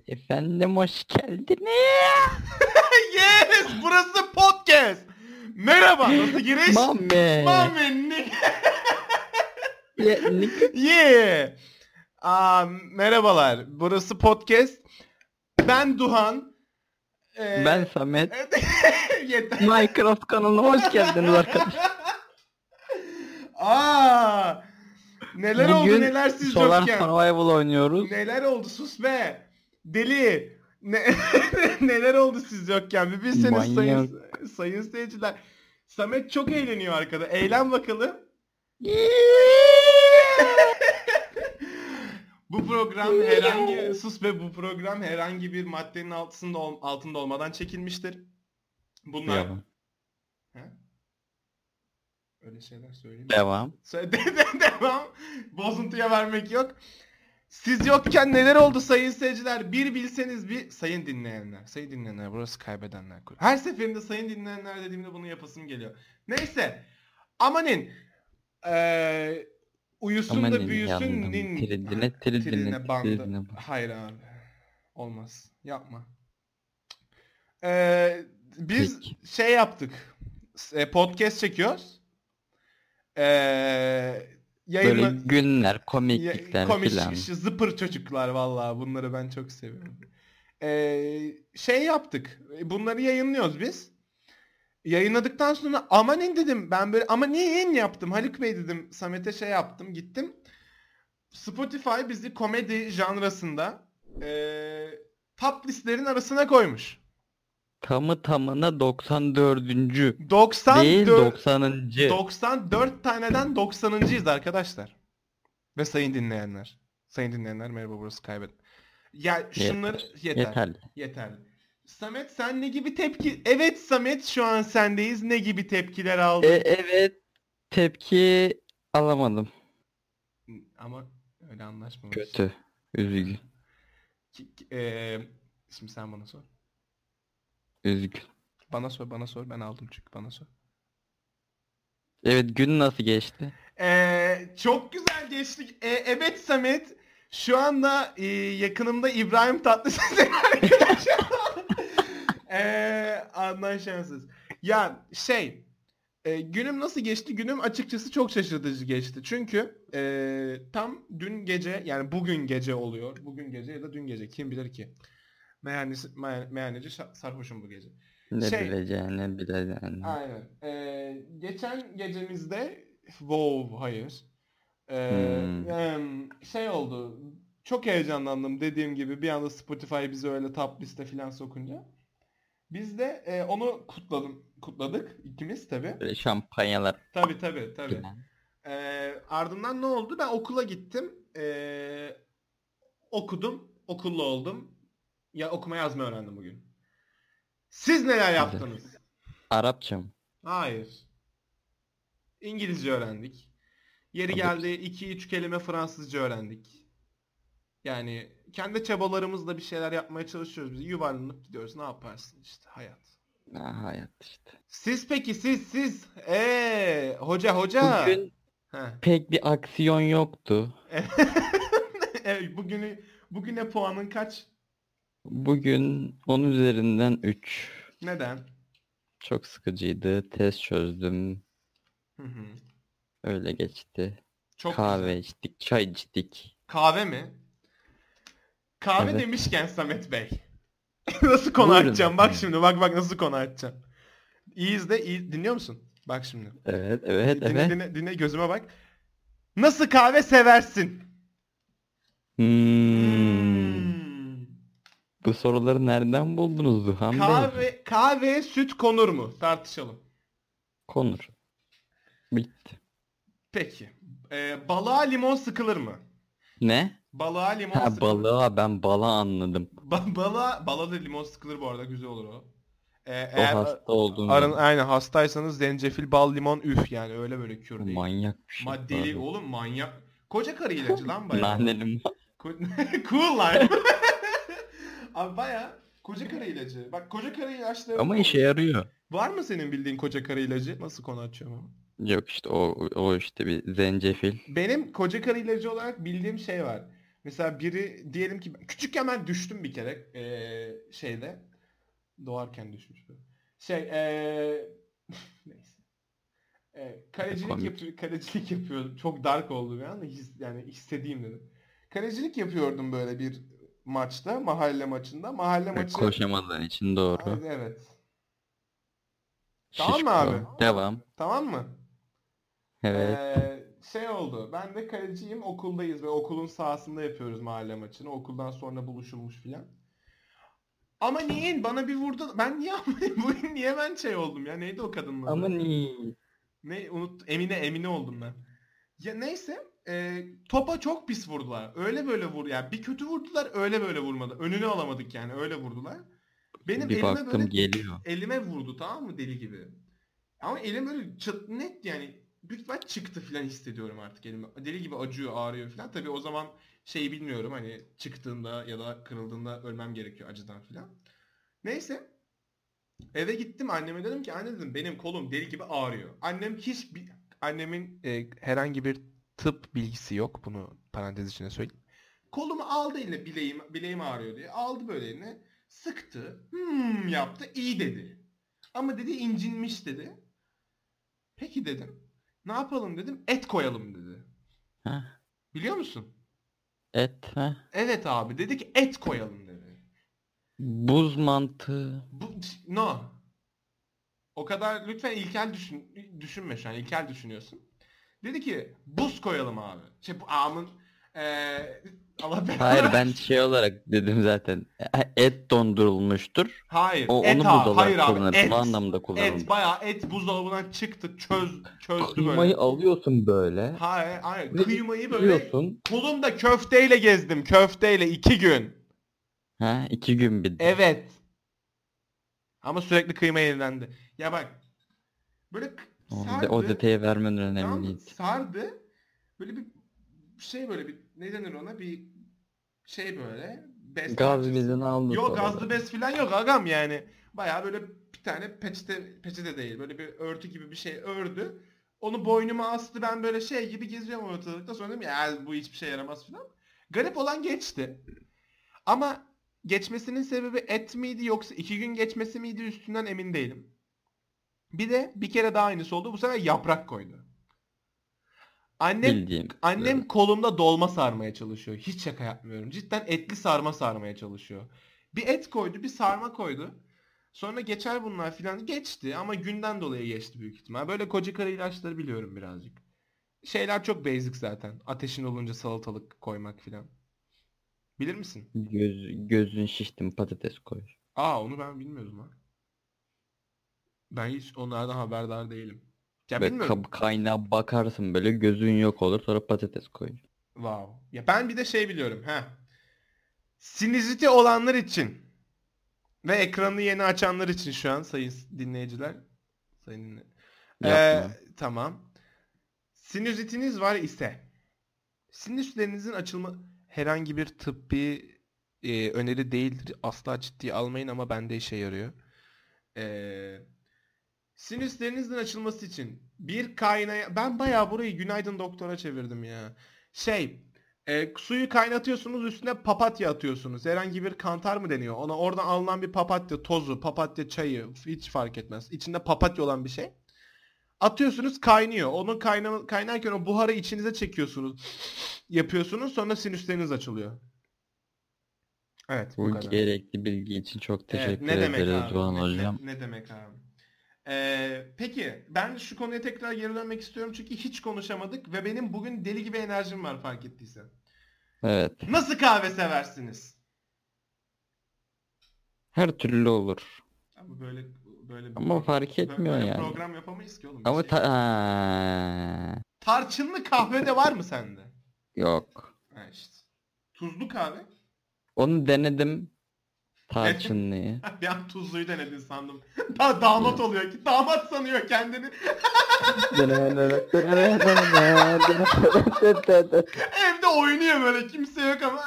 Efendim hoş geldiniz. Yes, burası podcast. Merhaba, nasıl giriş? Mame. Mame, Nick. yeah. Merhabalar, burası podcast. Ben Duhan. Ben Samet. Yeter. Minecraft kanalına hoş geldiniz arkadaşlar. Neler oldu Bugün neler siz Solar yokken. Survival oynuyoruz. Neler oldu sus be. Deli. Neler oldu siz yokken bir bilseniz sayın seyirciler. Samet çok eğleniyor arkada. Eğlen bakalım. Bu program bu program herhangi bir maddenin altında olmadan çekilmiştir. Bunlar Devam. Öyle şeyler söyleyeyim. Devam. Devam. Bozuntuya vermek yok. Siz yokken neler oldu sayın seyirciler? Bir bilseniz sayın dinleyenler burası kaybedenler. Her seferinde sayın dinleyenler dediğimde bunu yapasım geliyor. Neyse. Amanin. Uyusun Amanin, da büyüsün. Tridine bandı. Hayır abi. Olmaz. Yapma. Biz şey yaptık. Podcast çekiyoruz. Böyle günler, komiklikler filan. Zıpır çocuklar vallahi bunları ben çok seviyorum. Şey yaptık. Bunları yayınlıyoruz biz. Yayınladıktan sonra amanin dedim. Ben böyle ama niye yayın yaptım? Haluk Bey dedim. Samet'e şey yaptım. Gittim. Spotify bizi komedi janrasında top listlerin arasına koymuş. Tamına 94. 94 değil 90. 94 taneden 90.'yız arkadaşlar. Ve sayın dinleyenler. Sayın dinleyenler merhaba burası kaybet. Ya şunları yeterli. Samet sen ne gibi tepki? Evet Samet şu an sendeyiz. Ne gibi tepkiler aldın? Evet tepki alamadım. Ama öyle anlaşmamış. Kötü. Üzgün. Şimdi sen bana sor. Üzgün. Bana sor. Ben aldım çünkü bana sor. Evet gün nasıl geçti? Çok güzel geçti. Evet Samet. Şu anda yakınımda İbrahim Tatlıses arkadaşım. Anlaşılsız. Ya günüm nasıl geçti? Günüm açıkçası çok şaşırtıcı geçti. Çünkü tam dün gece yani bugün gece oluyor. Bugün gece ya da dün gece kim bilir ki. Meyhaneci sarhoşum bu gece. Ne bileceğini. Aynen. Geçen gecemizde hayır. Şey oldu. Çok heyecanlandım dediğim gibi bir anda Spotify bizi öyle top liste falan sokunca. Biz de onu kutladık ikimiz tabi. Böyle şampanyalar. Tabi. Ardından ne oldu? Ben okula gittim. Okudum. Okullu oldum. Ya okuma yazma öğrendim bugün. Siz neler yaptınız? Arapça mı? Hayır. İngilizce öğrendik. Yeri geldi 2-3 kelime Fransızca öğrendik. Yani kendi çabalarımızla bir şeyler yapmaya çalışıyoruz biz. Yuvarlanıp gidiyoruz. Ne yaparsın işte hayat. Hayat işte. Siz peki siz hoca. Bugün pek bir aksiyon yoktu. Bugüne puanın kaç? Bugün 10 üzerinden 3. Neden? Çok sıkıcıydı. Test çözdüm. Hı. Öyle geçti. Çok kahve güzel. içtik, çay içtik. Kahve mi? Kahve evet. Demişken Samet Bey. Nasıl konu açacağım? Bak şimdi bak nasıl konu açacağım. İyi dinliyor musun? Bak şimdi. Evet. Dinle gözüme bak. Nasıl kahve seversin? Bu soruları nereden buldunuz Duhan Bey? Kahveye süt konur mu? Tartışalım. Konur. Bitti. Peki. Balığa limon sıkılır mı? Ne? Balığa limon sıkılır. Balığa ben balığa anladım. Balığa da limon sıkılır bu arada güzel olur o. O hasta olduğunu. Aynen hastaysanız zencefil, bal, limon yani öyle böyle kür değil. Manyak bir şey. Deli oğlum manyak. Koca karı ilacı lan bayağı. Naneli Cool lan. Abi bayağı koca karı ilacı. Bak koca karı ilaçları. Ama işe yarıyor. Var mı senin bildiğin koca karı ilacı? Nasıl konu açıyorum ama? Yok işte o işte bir zencefil. Benim koca karı ilacı olarak bildiğim şey var. Mesela biri diyelim ki küçükken ben düştüm bir kere şeyde. Doğarken düşmüş böyle. Şey neyse. Kalecilik Komik. yapıyor, kalecilik yapıyordum. Çok dark oldu bir anda. Yani hissedeyim dedim. Kalecilik yapıyordum böyle bir maçta, mahalle maçında. Mahalle maçı. Koşamadığın için doğru. Evet. Tamam mı abi? Şişko. Devam. Tamam mı? Evet. Şey oldu. Ben de kaleciyim. Okuldayız ve okulun sahasında yapıyoruz mahalle maçını. Okuldan sonra buluşulmuş filan. Ama niye bana bir vurdu? Ben niye bugün niye ben şey oldum ya? Neydi o kadının Ama adı? niye? Ne unut Emine oldum ben. Ya neyse topa çok pis vurdular. Öyle böyle vur yani bir kötü vurdular öyle böyle vurmadı. Önünü alamadık yani öyle vurdular. Benim Bir elime baktım böyle geliyor. elime vurdu tamam mı deli gibi. Ama elim böyle çıt net yani büyük ihtimal çıktı falan hissediyorum artık elime. Deli gibi acıyor ağrıyor falan. Tabii o zaman şeyi bilmiyorum hani çıktığında ya da kırıldığında ölmem gerekiyor acıdan falan. Neyse eve gittim anneme dedim ki anne dedim benim kolum deli gibi ağrıyor. Annemin herhangi bir tıp bilgisi yok. Bunu parantez içine söyleyeyim. Kolumu aldı eline bileğim ağrıyor diye. Aldı böyle eline sıktı. Yaptı iyi dedi. Ama dedi incinmiş dedi. Peki dedim. Ne yapalım dedim. Et koyalım dedi. Heh. Biliyor musun? Et. Heh. Evet abi dedi ki et koyalım dedi. Buz mantığı. No. O kadar lütfen ilkel düşünme şu an. İlkel düşünüyorsun. Dedi ki buz koyalım abi. Şey bu amın Allah belanı Hayır ben versin. şey olarak dedim zaten. Et dondurulmuştur. Hayır. Onu Et buz abi. Hayır olarak abi. kullanırsın. O Et. anlamda Et. kullanılır. Bayağı et buzdolabından çıktı. Çözdü Kıymayı böyle. alıyorsun böyle. Hayır. Hayır. Ve Kıymayı böyle yiyorsun. kolumda köfteyle gezdim. Köfteyle 2 gün. Ha, 2 gün bir de. Evet. Ama sürekli kıyma yenilendi. Ya bak. Böyle O sardı. detayı vermen Tamam mı? önemliydi. Sardı. Böyle bir şey böyle bir ne denir ona bir şey böyle bez Gaz parçası. bezini aldı Yok sonra gazlı böyle. bez falan yok agam yani. Baya böyle bir tane peçete değil böyle bir örtü gibi bir şey ördü. Onu boynuma astı ben böyle şey gibi geziyorum ortalıkta sonra dedim ya bu hiçbir şey yaramaz falan. Garip olan geçti. Ama geçmesinin sebebi et miydi yoksa 2 gün geçmesi miydi üstünden emin değilim. Bir de bir kere daha aynısı oldu bu sefer yaprak koydu. Annem Bildiğim annem üzere. kolumda dolma sarmaya çalışıyor. Hiç şaka yapmıyorum. Cidden etli sarma sarmaya çalışıyor. Bir et koydu, bir sarma koydu. Sonra geçer bunlar filan geçti ama günden dolayı geçti büyük ihtimal. Böyle koca karı ilaçları biliyorum birazcık. Şeyler çok basic zaten. Ateşin olunca salatalık koymak filan. Bilir misin? Gözün şiştim patates koy. Aa onu ben bilmiyordum ha. Ben hiç onlardan haberdar değilim. Ya Ve bilmiyorum. kaynağa bakarsın böyle gözün yok olur sonra patates koy. Wow. Ya ben bir de şey biliyorum. Sinüziti olanlar için ve ekranı yeni açanlar için şu an sayın dinleyiciler. Sayın dinle. Yapma. Tamam. Sinüzitiniz var ise sinüslerinizin açılma herhangi bir tıbbi öneri değildir. Asla ciddiye almayın ama bende işe yarıyor. E, Sinüslerinizin açılması için bir kaynaya ben bayağı burayı günaydın doktora çevirdim ya. Suyu kaynatıyorsunuz üstüne papatya atıyorsunuz. Herhangi bir kantar mı deniyor? Ona oradan alınan bir papatya tozu, papatya çayı hiç fark etmez. İçinde papatya olan bir şey. Atıyorsunuz kaynıyor. Onun kaynarken o buharı içinize çekiyorsunuz. Yapıyorsunuz sonra sinüsleriniz açılıyor. Evet bu Bu kadar. gerekli bilgi için çok Evet teşekkür ne demek ederiz abi? Doğan Hocam. Ne demek abi? Peki ben şu konuya tekrar geri dönmek istiyorum çünkü hiç konuşamadık ve benim bugün deli gibi enerjim var fark ettiysen. Evet. Nasıl kahve seversiniz? Her türlü olur. Ama böyle bir Ama fark etmiyor böyle yani. program yapamayız ki oğlum bir Ama şey. ha, Tarçınlı kahve de var mı sende? yok. Ha işte. Tuzlu kahve? Onu denedim. Tarçınlıyı. Bir an tuzluyu denedin sandım. Daha damat oluyor ki damat sanıyor kendini. Evde oynuyor böyle kimse yok ama.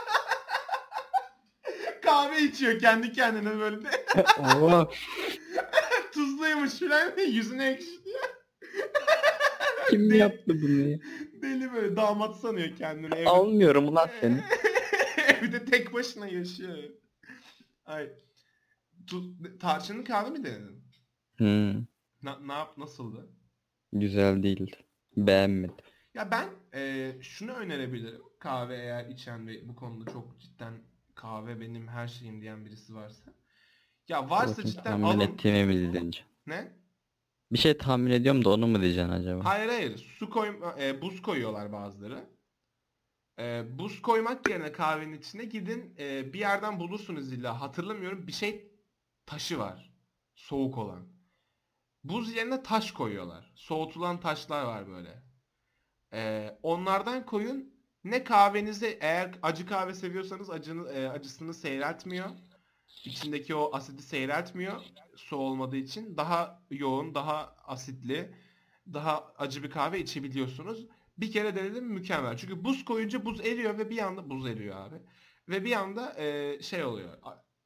Kahve içiyor kendi kendine böyle de. Oo, Tuzluymuş filan yüzüne ekşitiyor. kim yaptı bunu ya? Deli böyle damat sanıyor kendini evde. Almıyorum ulan seni. Evde tek başına yaşıyor. Ay. Tarçınlı kahve mi denedin? Hmm, Nasıldı? güzel değildi. Beğenmedim. Ya ben şunu önerebilirim. Kahve eğer içen ve bu konuda çok cidden kahve benim her şeyim diyen birisi varsa. Ya Dur varsa bakayım, cidden tahmin alın. ettiğimi mi diyeceksin? Ne? Bir şey tahmin ediyorum da onu mu diyeceksin acaba? Hayır hayır. Buz koyuyorlar bazıları. Buz koymak yerine kahvenin içine gidin bir yerden bulursunuz illa. Hatırlamıyorum. Bir şey taşı var. Soğuk olan. Buz yerine taş koyuyorlar. Soğutulan taşlar var böyle. Onlardan koyun. Ne kahvenizi eğer acı kahve seviyorsanız acısını seyreltmiyor. İçindeki o asidi seyreltmiyor. Su olmadığı için. Daha yoğun, daha asitli, daha acı bir kahve içebiliyorsunuz. Bir kere denedim mükemmel. Çünkü buz koyunca buz eriyor ve bir anda buz eriyor abi. Ve bir anda şey oluyor.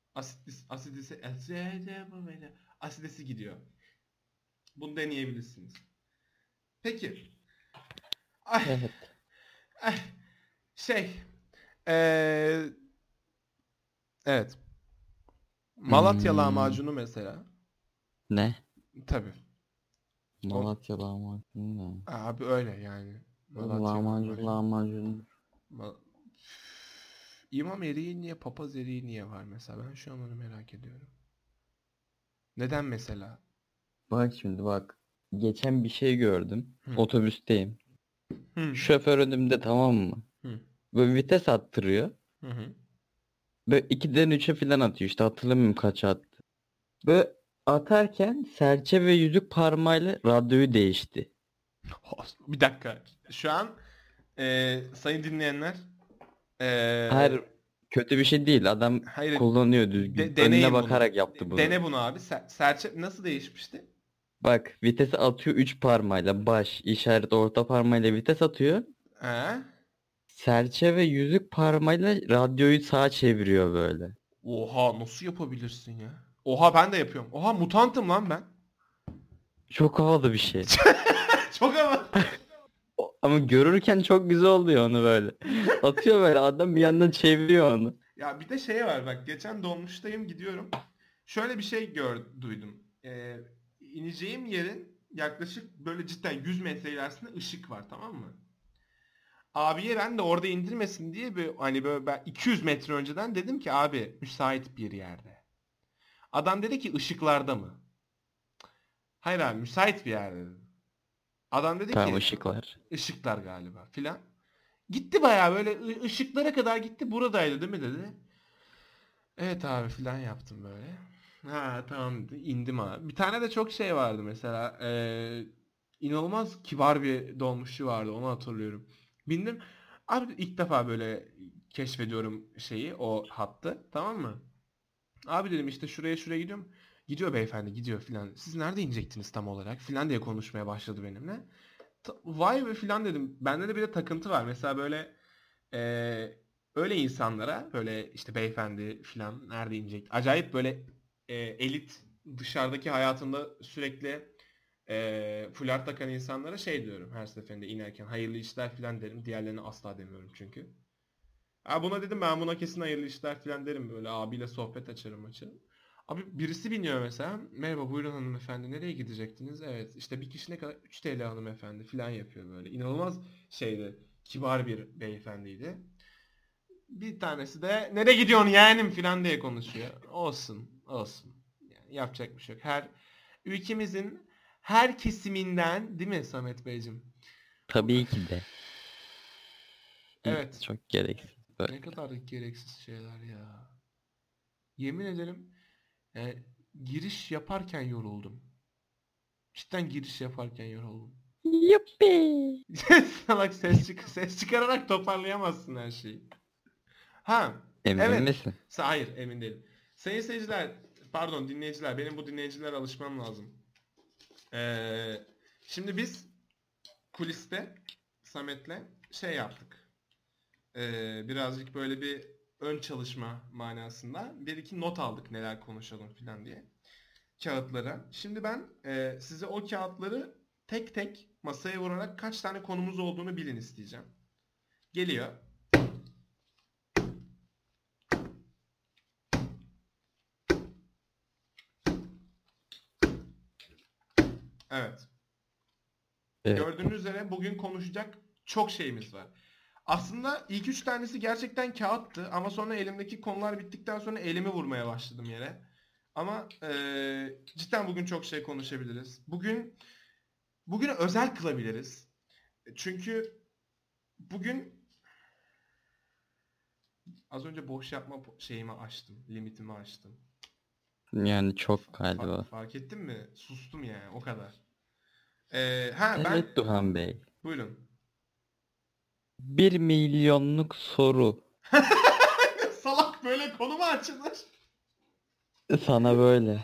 Asidesi gidiyor. Bunu deneyebilirsiniz. Peki. Ay, Evet. ay, şey. Ee, evet. Malatya Hmm, lahmacunu mesela. ne? Tabii. O Malatya lahmacun ne? abi öyle yani. Malatya Lahmacun lahmacun. lahmacun. Ma- İmam eriği niye, papaz eriği niye var mesela? Ben şu an onu merak ediyorum. Neden mesela? Bak şimdi bak. Geçen bir şey gördüm. Hı. Otobüsteyim. Hı. Şoför önümde, tamam mı? Hı. Böyle vites attırıyor. Hı hı. Böyle 2'den 3'e falan atıyor. İşte hatırlamıyorum kaça attı. Böyle atarken serçe ve yüzük parmağıyla radyoyu değişti. Bir dakika. Şu an sayın dinleyenler Hayır, kötü bir şey değil. Adam hayır, kullanıyor düzgün. Önüne deneyin bunu. bakarak yaptı bunu. Dene bunu abi. Serçe nasıl değişmişti? Bak, vitesi atıyor 3 parmağıyla. Baş, işaret, orta parmağıyla vites atıyor. He? Serçe ve yüzük parmağıyla radyoyu sağa çeviriyor böyle. Oha nasıl yapabilirsin ya? Oha ben de yapıyorum. Oha mutantım lan ben. Çok havalı bir şey. Çok ama. Ama görürken çok güzel oluyor onu böyle. Atıyor böyle, adam bir yandan çeviriyor onu. Ya bir de şey var bak geçen dolmuştayım gidiyorum. Şöyle bir şey duydum. İneceğim yerin yaklaşık böyle cidden 100 metre ilerisinde ışık var, tamam mı? Abiye ben de orada indirmesin diye bir hani böyle ben 200 metre önceden dedim ki abi müsait bir yerde. Adam dedi ki ışıklarda mı? Hayır abi müsait bir yerde dedim. Adam dedi Tamam, ki ışıklar. ışıklar galiba filan. Gitti bayağı böyle ışıklara kadar gitti, buradaydı değil mi dedi. Evet abi filan yaptım böyle. Ha tamam dedi. İndim abi. Bir tane de çok şey vardı mesela. İnanılmaz kibar bir dolmuşçu vardı, onu hatırlıyorum. Bindim. Abi ilk defa böyle keşfediyorum şeyi, o hattı, tamam mı? Abi dedim işte şuraya şuraya gidiyorum. Gidiyor beyefendi gidiyor filan. Siz nerede inecektiniz tam olarak filan diye konuşmaya başladı benimle. Vay be filan dedim. Bende de bir de takıntı var. Mesela böyle öyle insanlara böyle işte beyefendi filan nerede inecek? Acayip böyle elit dışarıdaki hayatında sürekli fular takan insanlara şey diyorum her seferinde inerken hayırlı işler filan derim. Diğerlerini asla demiyorum çünkü. Ha buna dedim ben buna kesin hayırlı işler filan derim, böyle abiyle sohbet açarım açarım. Abi birisi biniyor mesela. Merhaba buyurun hanımefendi, nereye gidecektiniz? Evet işte bir kişi ne kadar? 3 TL hanımefendi filan yapıyor böyle. İnanılmaz şeydi. Kibar bir beyefendiydi. Bir tanesi de nereye gidiyorsun yeğenim filan diye konuşuyor. Olsun olsun. Yani yapacak bir şey yok. Ülkemizin her kesiminden değil mi Samet Beyciğim? Tabii ki de. Evet. Çok gereksiz böyle. Ne kadar gereksiz şeyler ya. Yemin ederim giriş yaparken yoruldum. Cidden giriş yaparken yoruldum. Yuppi. Salak ses çıkararak toparlayamazsın her şeyi. Ha, Emin evet. misin? Hayır, emin değilim. Sayın seyirciler, pardon dinleyiciler, benim bu dinleyicilere alışmam lazım. Şimdi biz kuliste Samet'le şey yaptık. Birazcık böyle bir ön çalışma manasında bir iki not aldık neler konuşalım filan diye kağıtlara. Şimdi ben size o kağıtları tek tek masaya vurarak kaç tane konumuz olduğunu bilin isteyeceğim. Geliyor. Evet. Evet. Gördüğünüz üzere bugün konuşacak çok şeyimiz var. Aslında ilk 3 tanesi gerçekten kağıttı ama sonra elimdeki konular bittikten sonra elimi vurmaya başladım yere. Ama cidden bugün çok şey konuşabiliriz. Bugünü özel kılabiliriz. Çünkü bugün az önce boş yapma şeyimi açtım, limitimi açtım. Yani çok galiba. Fark ettin mi? Sustum yani o kadar. Ben Evet Duhan Bey. buyurun. 1 milyonluk soru. Salak böyle konu mu açılır? Sana böyle.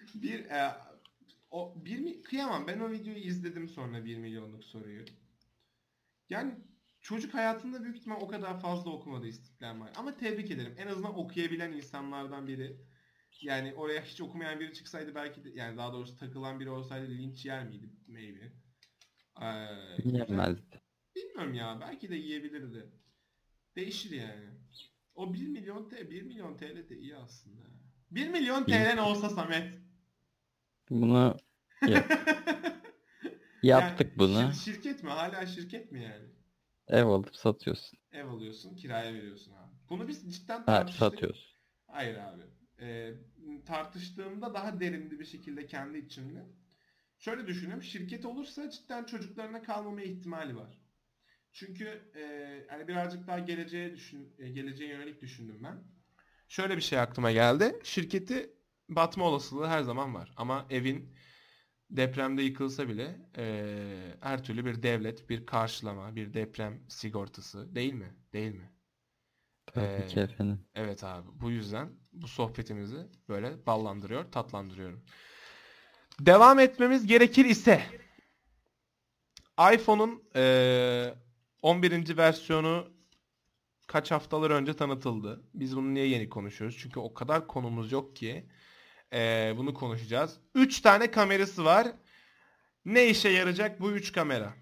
Kıyamam. Ben o videoyu izledim sonra 1 milyonluk soruyu. Yani çocuk hayatında büyük ihtimal o kadar fazla okumadı İstiklal Marşı. Ama tebrik ederim. En azından okuyabilen insanlardan biri. Yani oraya hiç okumayan biri çıksaydı belki de, yani daha doğrusu takılan biri olsaydı linç yer miydi? Maybe. Güzel. Yemezdi. Bilmiyorum ya. Belki de yiyebilirdi. Değişir yani. O 1 milyon TL de iyi aslında. 1 milyon TL ne olsa Samet? Bunu yap. Yaptık Yani bunu. şirket mi? Hala şirket mi yani? Ev alıp satıyorsun. Ev alıyorsun, kiraya veriyorsun abi. Bunu biz cidden Ha, tartıştık. satıyorsun. Hayır abi. Tartıştığımda daha derinli bir şekilde kendi içimde. Şöyle düşünüyorum. Şirket olursa cidden çocuklarına kalmama ihtimali var. Çünkü hani birazcık daha geleceğe yönelik düşündüm ben. Şöyle bir şey aklıma geldi. Şirketi batma olasılığı her zaman var. Ama evin depremde yıkılsa bile her türlü bir devlet, bir karşılama, bir deprem sigortası değil mi? Değil mi? Tabii ki efendim. Evet abi. Bu yüzden bu sohbetimizi böyle ballandırıyor, tatlandırıyorum. Devam etmemiz gerekir ise iPhone'un 11. versiyonu kaç haftalar önce tanıtıldı. Biz bunu niye yeni konuşuyoruz? Çünkü o kadar konumuz yok ki bunu konuşacağız. 3 tane kamerası var. Ne işe yarayacak bu 3 kamera?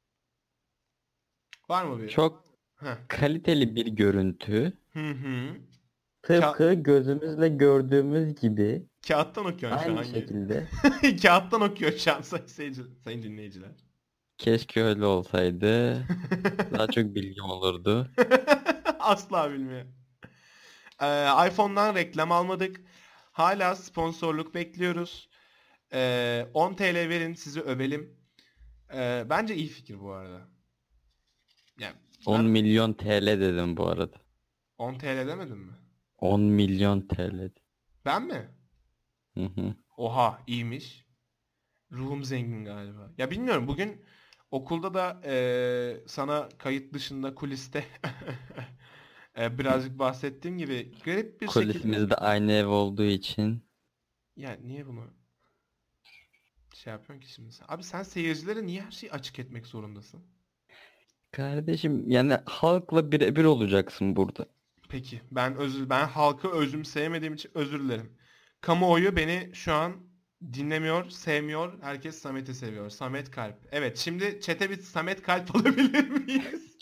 Var mı bir? Çok Heh. kaliteli bir görüntü. Hı hı. Tıpkı gözümüzle gördüğümüz gibi Kağıttan okuyorsun şu aynı an. şekilde. Kağıttan okuyor şu an sayın dinleyiciler. Keşke öyle olsaydı. Daha çok bilgim olurdu. Asla bilmiyor. iPhone'dan reklam almadık. Hala sponsorluk bekliyoruz. 10 TL verin sizi övelim. Bence iyi fikir bu arada. Yani 10 ben milyon TL dedim bu arada. 10 TL demedim mi? 10 milyon TL. Ben mi? Hı hı. Oha iyiymiş. Ruhum zengin galiba. Ya bilmiyorum bugün okulda da sana kayıt dışında kuliste birazcık bahsettiğim gibi garip bir şekilde. Kulisimizde aynı ev olduğu için. Ya niye bunu şey yapıyorsun ki şimdi sen? Abi sen seyircilere niye her şeyi açık etmek zorundasın? Kardeşim yani halkla birebir olacaksın burada. Peki ben halkı özümseyemediğim için özür dilerim. Kamuoyu beni şu an dinlemiyor, sevmiyor. Herkes Samet'i seviyor. Samet Kalp. Evet, şimdi chat'e bir Samet Kalp alabilir miyiz?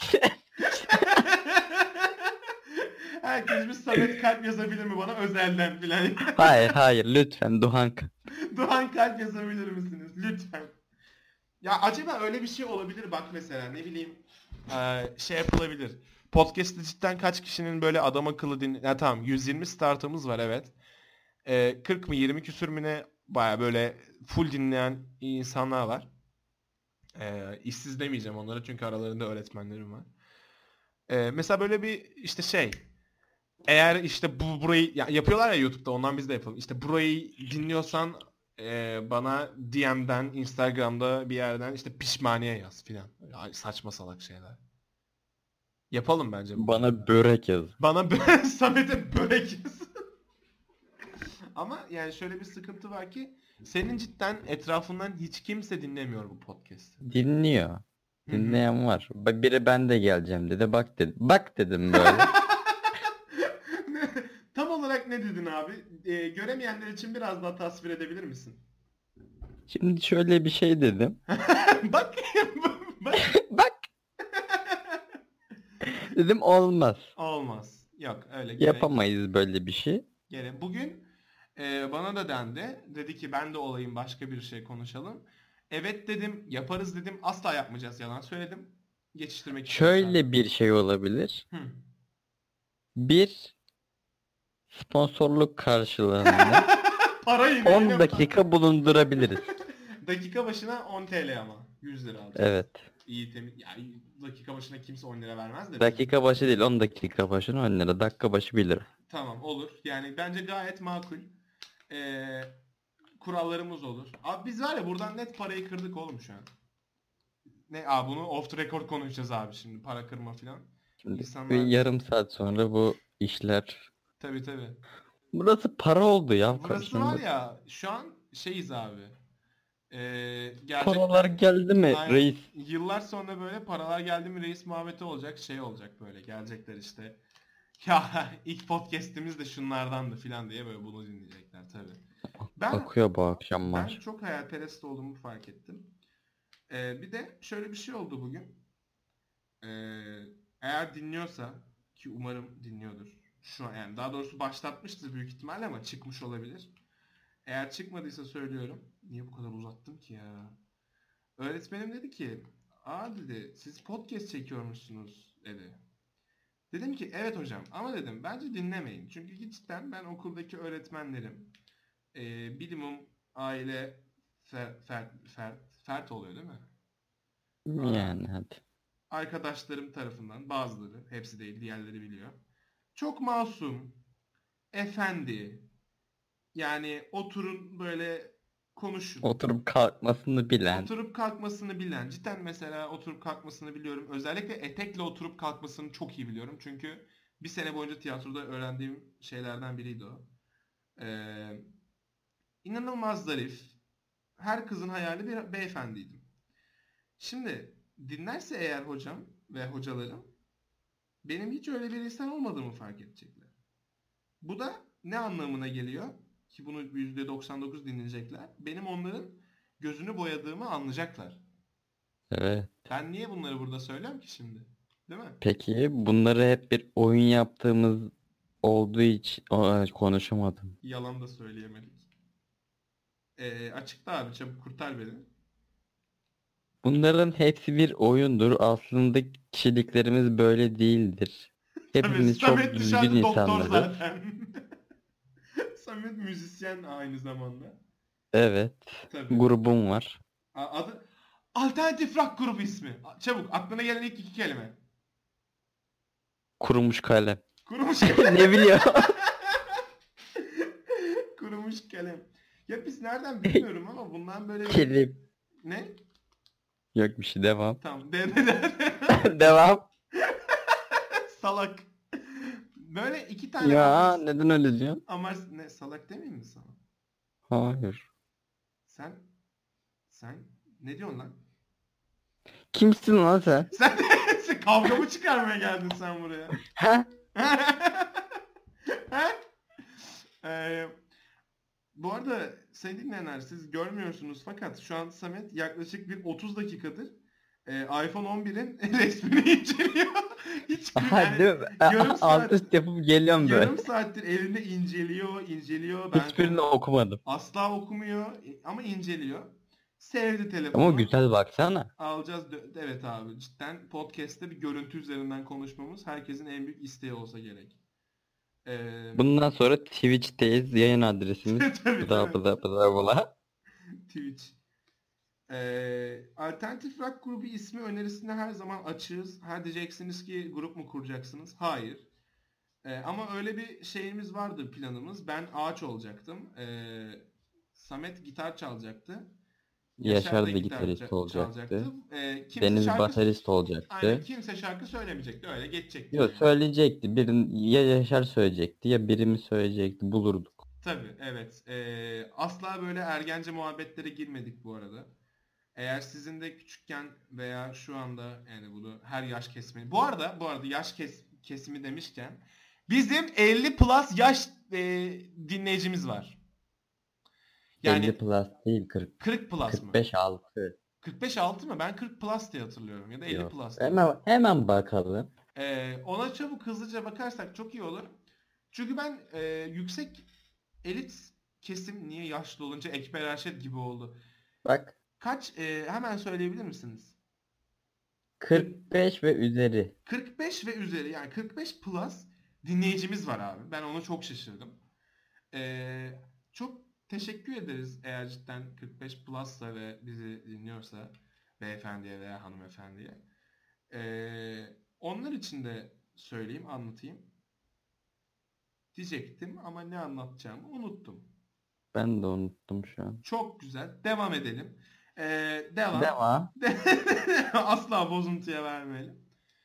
Herkes bir Samet Kalp yazabilir mi bana özelden filan? Hayır lütfen Duhan. Doğan Kalp yazabilir misiniz? Lütfen. Ya acaba öyle bir şey olabilir bak mesela ne bileyim şey yapılabilir. Podcast'te cidden kaç kişinin böyle adam akıllı ya tamam 120 startımız var evet. 40 mı 20 küsür mü ne baya böyle full dinleyen insanlar var. İşsiz demeyeceğim onlara çünkü aralarında öğretmenlerim var. Mesela böyle bir işte şey eğer işte burayı yapıyorlar ya YouTube'da ondan biz de yapalım. İşte burayı dinliyorsan bana DM'den Instagram'da bir yerden işte pişmaniye yaz filan. Saçma salak şeyler. Yapalım bence bunu. Bana börek yaz. Bana Samet'e börek yaz. Ama yani şöyle bir sıkıntı var ki senin cidden etrafından hiç kimse dinlemiyor bu podcast'i. Dinliyor. Hı hı. Dinleyen var. Biri ben de geleceğim dedi. Bak dedim. Bak dedim böyle. Tam olarak ne dedin abi? Göremeyenler için biraz daha tasvir edebilir misin? Şimdi şöyle bir şey dedim. Bak. Bak. Bak dedim olmaz. Olmaz. Yok öyle Yapamayız böyle bir şey. Bugün bana da dendi. Dedi ki ben de olayım, başka bir şey konuşalım. Evet dedim, yaparız dedim. Asla yapmayacağız, yalan söyledim. Geçiştirmek için sadece. Şöyle bir şey olabilir. Hı. Bir sponsorluk karşılığında Para yine 10 dakika bulundurabiliriz. dakika başına 10 TL ama. 100 lira alacağız. Evet. İyi temiz. Yani dakika başına kimse 10 lira vermez de. Dakika başı değil 10 dakika başına 10 lira. Dakika başı 1 lira. Tamam, olur. Yani bence gayet makul. Kurallarımız olur. Abi biz var ya buradan net parayı kırdık oğlum şu an. Bunu off the record konuşacağız abi şimdi, para kırma filan. Şimdi İnsanlar... bir yarım saat sonra bu işler... Tabii. Burası para oldu ya. Burası var ya şu an şeyiz abi. Paralar geldi mi Aynen. reis? Yıllar sonra böyle paralar geldi mi reis muhabbeti olacak, şey olacak böyle, gelecekler işte. Ya ilk podcast'imiz de şunlardandı filan diye böyle bunu dinleyecekler tabii. Akıyor bu akşam Ben maaş. çok hayalperest olduğumu fark ettim. Bir de şöyle bir şey oldu bugün. Eğer dinliyorsa, ki umarım dinliyordur. Şu an yani, daha doğrusu başlatmıştır büyük ihtimalle ama çıkmış olabilir. Eğer çıkmadıysa söylüyorum. Niye bu kadar uzattım ki ya? Öğretmenim dedi ki, dedi siz podcast çekiyormuşsunuz dedi. Dedim ki evet hocam, ama dedim bence dinlemeyin. Çünkü cidden ben okuldaki öğretmenlerim bilimum aile fert oluyor değil mi? Yani hadi. Arkadaşlarım tarafından, bazıları, hepsi değil diğerleri biliyor. Çok masum, efendi, yani oturun böyle konuşun. Oturup kalkmasını bilen. Oturup kalkmasını bilen. Cidden mesela oturup kalkmasını biliyorum. Özellikle etekle oturup kalkmasını çok iyi biliyorum. Çünkü bir sene boyunca tiyatroda öğrendiğim şeylerden biriydi o. İnanılmaz zarif. Her kızın hayali bir beyefendiydim. Şimdi dinlerse eğer hocam ve hocalarım, benim hiç öyle bir insan olmadığımı fark edecekler. Bu da ne anlamına geliyor? Ki bunu %99 dinleyecekler. Benim onların gözünü boyadığımı anlayacaklar. Evet. Ben niye bunları burada söylüyorum ki şimdi? Değil mi? Peki bunları hep bir oyun yaptığımız olduğu için konuşamadım. Yalan da söyleyemedik. Açıkla abi, çabuk kurtar beni. Bunların hepsi bir oyundur. Aslında kişiliklerimiz böyle değildir. Hepimiz çok Samet düzgün dışarıda doktor insanlarız. zaten. Samet müzisyen aynı zamanda. Evet. Tabii. Grubum var. Adı Alternatif Rock grubu ismi. Çabuk aklına gelen ilk iki kelime. Kurumuş kalem. Kurumuş kalem. Ne biliyor? Kurumuş kalem. Ya biz nereden bilmiyorum ama bundan böyle... Kelim. Ne? Yok bir şey, devam. Tamam. Devam. Salak. Böyle iki tane... Ya neden öyle diyorsun? Ama ne, salak demeyeyim mi sana? Hayır. Sen ne diyorsun lan? Kimsin lan sen? Sen kavga mı çıkarmaya geldin sen buraya? Ha? Bu arada sayın dinleyenler, siz görmüyorsunuz fakat şu an Samet yaklaşık bir 30 dakikadır iPhone 11'in resmini inceliyor. Hiç Aha, değil mi? yarım saat, Alt üst yapıp geliyorum böyle. yarım saattir elinde inceliyor. Ben Hiçbirini okumadım. asla okumuyor ama inceliyor. Sevdi telefonu. Ama güzel baksana. Alacağız. Evet abi, cidden podcast'te bir görüntü üzerinden konuşmamız herkesin en büyük isteği olsa gerek. Bundan sonra Twitch'teyiz. Yayın adresimiz Tabii, bula. Twitch. Alternatif Rock grubu ismi önerisine her zaman açığız. Ha diyeceksiniz ki grup mu kuracaksınız? Hayır. Ama öyle bir şeyimiz vardı, planımız. Ben ağaç olacaktım. Samet gitar çalacaktı. Yaşar da gitarist olacaktı. Deniz baterist olacaktı. Aynen, kimse şarkı söylemeyecekti. Öyle geçecekti. Yok, söyleyecekti. Ya Yaşar söyleyecekti ya birimi söyleyecekti. Bulurduk. Tabii, evet. Asla böyle ergence muhabbetlere girmedik bu arada. Eğer sizin de küçükken veya şu anda, yani bunu her yaş kesimi... Bu arada yaş kesimi demişken bizim 50 plus yaş dinleyicimiz var. Yani 50 plus değil 40 plus mı? 45 6. 45 altı mı? Ben 40 plus diye hatırlıyorum ya da 50 Yok. plus diye. Hemen bakalım. Ona çabuk hızlıca bakarsak çok iyi olur. Çünkü ben yüksek elit kesim niye yaşlı olunca Ekber Erşet gibi oldu. Bak Kaç hemen söyleyebilir misiniz? 45 ve üzeri. 45 ve üzeri yani 45 plus dinleyicimiz var abi. Ben ona çok şaşırdım. Çok teşekkür ederiz eğer cidden 45 plus'sa ve bizi dinliyorsa beyefendiye veya hanımefendiye. Onlar için de söyleyeyim, anlatayım. Diyecektim ama ne anlatacağımı unuttum. Ben de unuttum şu an. Çok güzel. Devam edelim. Devam. Devam. Asla bozuntuya vermeyelim.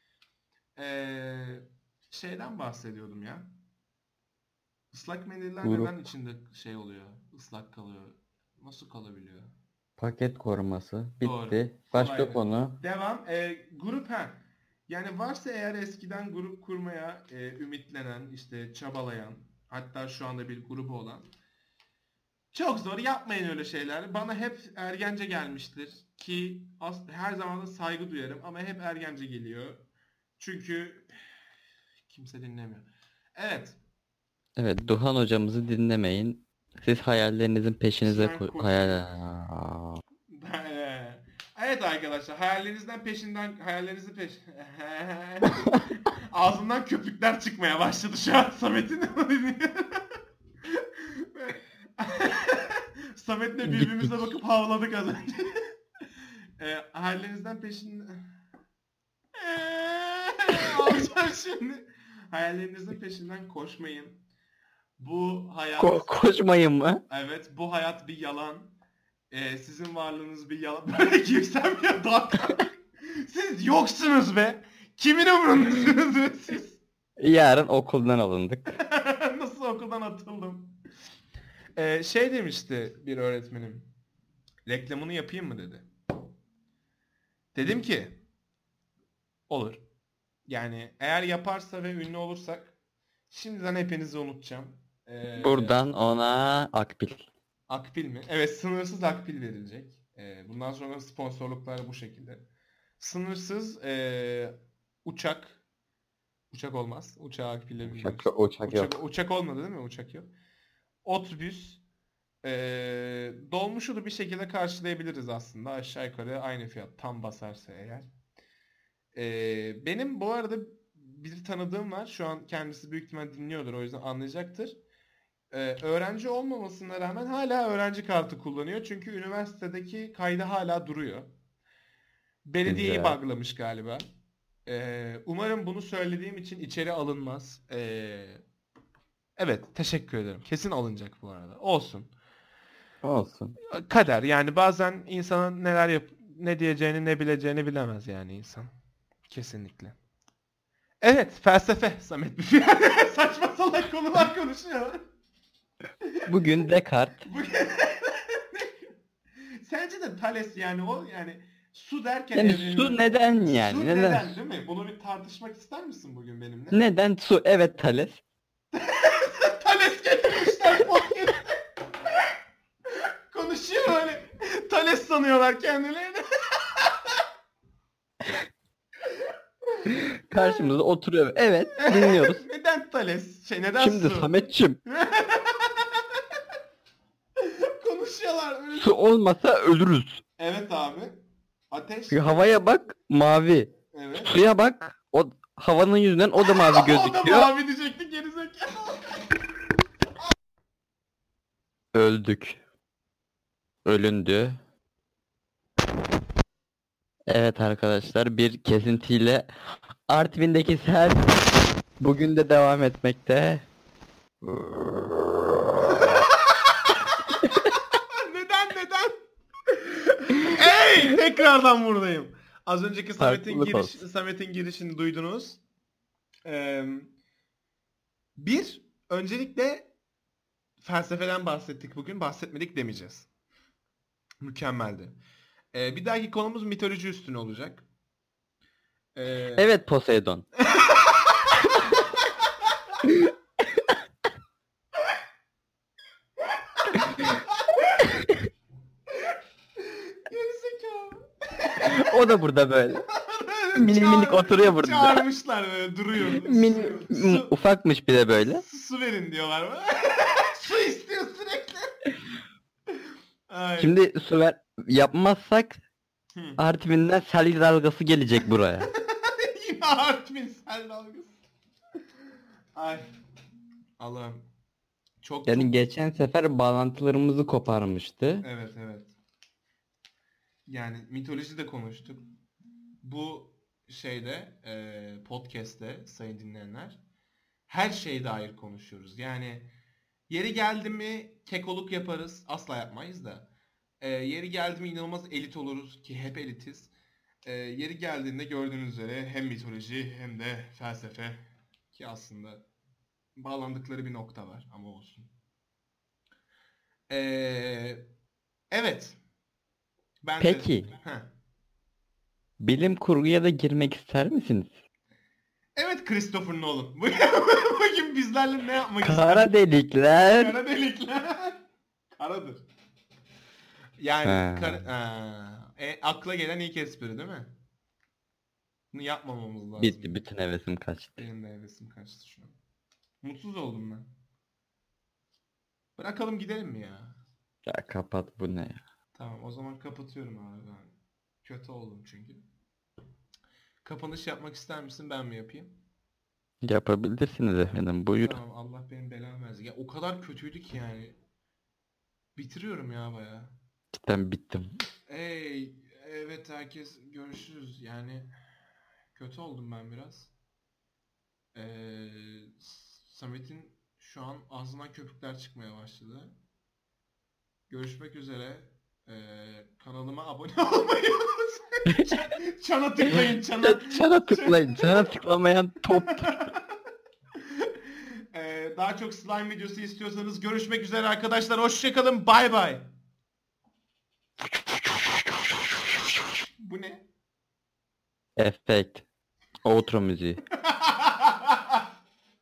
Şeyden bahsediyordum ya. Islak mendiller Grup. neden içinde şey oluyor? Islak kalıyor. Nasıl kalabiliyor? Paket koruması. Doğru. Bitti. Başka Kolaydı. konu. Devam. Grup Yani varsa eğer eskiden grup kurmaya ümitlenen, işte çabalayan, hatta şu anda bir grubu olan. Çok zor, yapmayın öyle şeyler. Bana hep ergence gelmiştir ki her zaman da saygı duyarım ama hep ergence geliyor. Çünkü kimse dinlemiyor. Evet. Evet, Duhan hocamızı dinlemeyin. Siz hayallerinizin peşinize Peşinden koşun. Evet arkadaşlar, hayallerinizin peş ağzından köpükler çıkmaya başladı şu an Samet'in. Samet'le birbirimize bakıp havladık az önce. Hayallerinizden alacağım şimdi. Hayallerinizin peşinden koşmayın. Bu hayat... Koşmayın mı? Evet, bu hayat bir yalan. Sizin varlığınız bir yalan. Böyle girsem ya daha... Siz yoksunuz be. Kimin umrundasınız be siz? Yarın okuldan alındık. Nasıl okuldan atıldım? Şey demişti bir öğretmenim. Reklamını yapayım mı dedi. Dedim ki olur. Yani eğer yaparsa ve ünlü olursak şimdiden hepinizi unutacağım. Buradan ona akbil. Akbil mi? Evet, sınırsız akbil verilecek. Bundan sonra sponsorluklar bu şekilde. Sınırsız uçak. Uçak olmaz. Uçağa akbille binmek. Uçak yok. Uçak olmadı değil mi? Uçak yok. Otobüs. Dolmuşu da bir şekilde karşılayabiliriz aslında. Aşağı yukarı aynı fiyat. Tam basarsa eğer. Benim bu arada bir tanıdığım var. Şu an kendisi büyük ihtimal dinliyordur. O yüzden anlayacaktır. Öğrenci olmamasına rağmen hala öğrenci kartı kullanıyor. Çünkü üniversitedeki kaydı hala duruyor. Belediyeyi Güzel. buglamış galiba. Umarım bunu söylediğim için içeri alınmaz. Evet, teşekkür ederim. Kesin alınacak bu arada. Olsun. Olsun. Kader yani bazen insanın ne diyeceğini ne bileceğini bilemez yani insan. Kesinlikle. Evet, felsefe Samet bir saçma salak konular konuşuyor. Bugün Descartes. Sence de Thales yani o yani su derken Yani su neden yani? Su Neden? neden değil mi? Bunu bir tartışmak ister misin bugün benimle? Neden su? Evet Thales. Thales getirmişler podcast'e. Konuşuyor öyle. Thales sanıyorlar kendilerini. Karşımızda oturuyor. Evet, dinliyoruz. Neden Thales? Neden Şimdi su? Sametçim, Konuşuyorlar öyle. su olmasa ölürüz. Evet abi. Ateş. Havaya bak mavi. Evet. Suya bak o havanın yüzünden o da mavi O da gözüküyor. mavi diyecektik gerizekalı. Öldük. Ölündü. Evet arkadaşlar, bir kesintiyle Artvin'deki sel bugün de devam etmekte. Neden? Hey! Tekrardan buradayım. Az önceki Farklılık olsun. Samet'in girişini duydunuz. Öncelikle felsefeden bahsettik bugün. Bahsetmedik demeyeceğiz. Mükemmeldi. Bir dahaki konumuz mitoloji üstüne olacak. Evet Poseidon. O da burada böyle. Minik minik oturuyor burada. Çağırmışlar böyle duruyor. Ufakmış bir de böyle. Su verin diyorlar bana. Su istiyor sürekli. Ay. Şimdi su ver yapmazsak Hı. Artvin'den sel dalgası gelecek buraya. Yine Artvin sel dalgası. Ay. Allah'ım. Çok Yani çok... geçen sefer bağlantılarımızı koparmıştı. Evet. Yani mitoloji de konuştuk. Bu şeyde podcast'te sayın dinleyenler her şeye dair konuşuyoruz. Yani yeri geldi mi kekoluk yaparız. Asla yapmayız da. Yeri geldi mi inanılmaz elit oluruz ki hep elitiz. Yeri geldiğinde gördüğünüz üzere hem mitoloji hem de felsefe ki aslında bağlandıkları bir nokta var ama olsun. Evet. Ben Peki. Bilim kurguya da girmek ister misiniz? Evet Christopher Nolan. Bugün bizlerle ne yapmak ister? Kara delikler. Kara delikler. Karadır. Yani akla gelen ilk espri değil mi? Bunu yapmamamız lazım. Bitti. Bütün hevesim kaçtı. Benim de hevesim kaçtı şu an. Mutsuz oldum ben. Bırakalım gidelim mi ya? Ya kapat bu ne ya? Tamam o zaman kapatıyorum abi ben. Kötü oldum çünkü. Kapanış yapmak ister misin ben mi yapayım? Yapabilirsiniz efendim. Buyurun. Tamam Allah benim belamı versin. Ya o kadar kötüydü ki yani. Bitiriyorum ya bayağı. Cidden bittim. Evet herkes görüşürüz. Yani kötü oldum ben biraz. Samet'in şu an ağzından köpükler çıkmaya başladı. Görüşmek üzere. Kanalıma abone olmayı unutmayın. Çana tıklayın çana. Çana tıklayın. Çana tıklamayan top. Daha çok slime videosu istiyorsanız görüşmek üzere arkadaşlar. Hoşçakalın. Bay bay. Bu ne? Efekt. Outro müziği.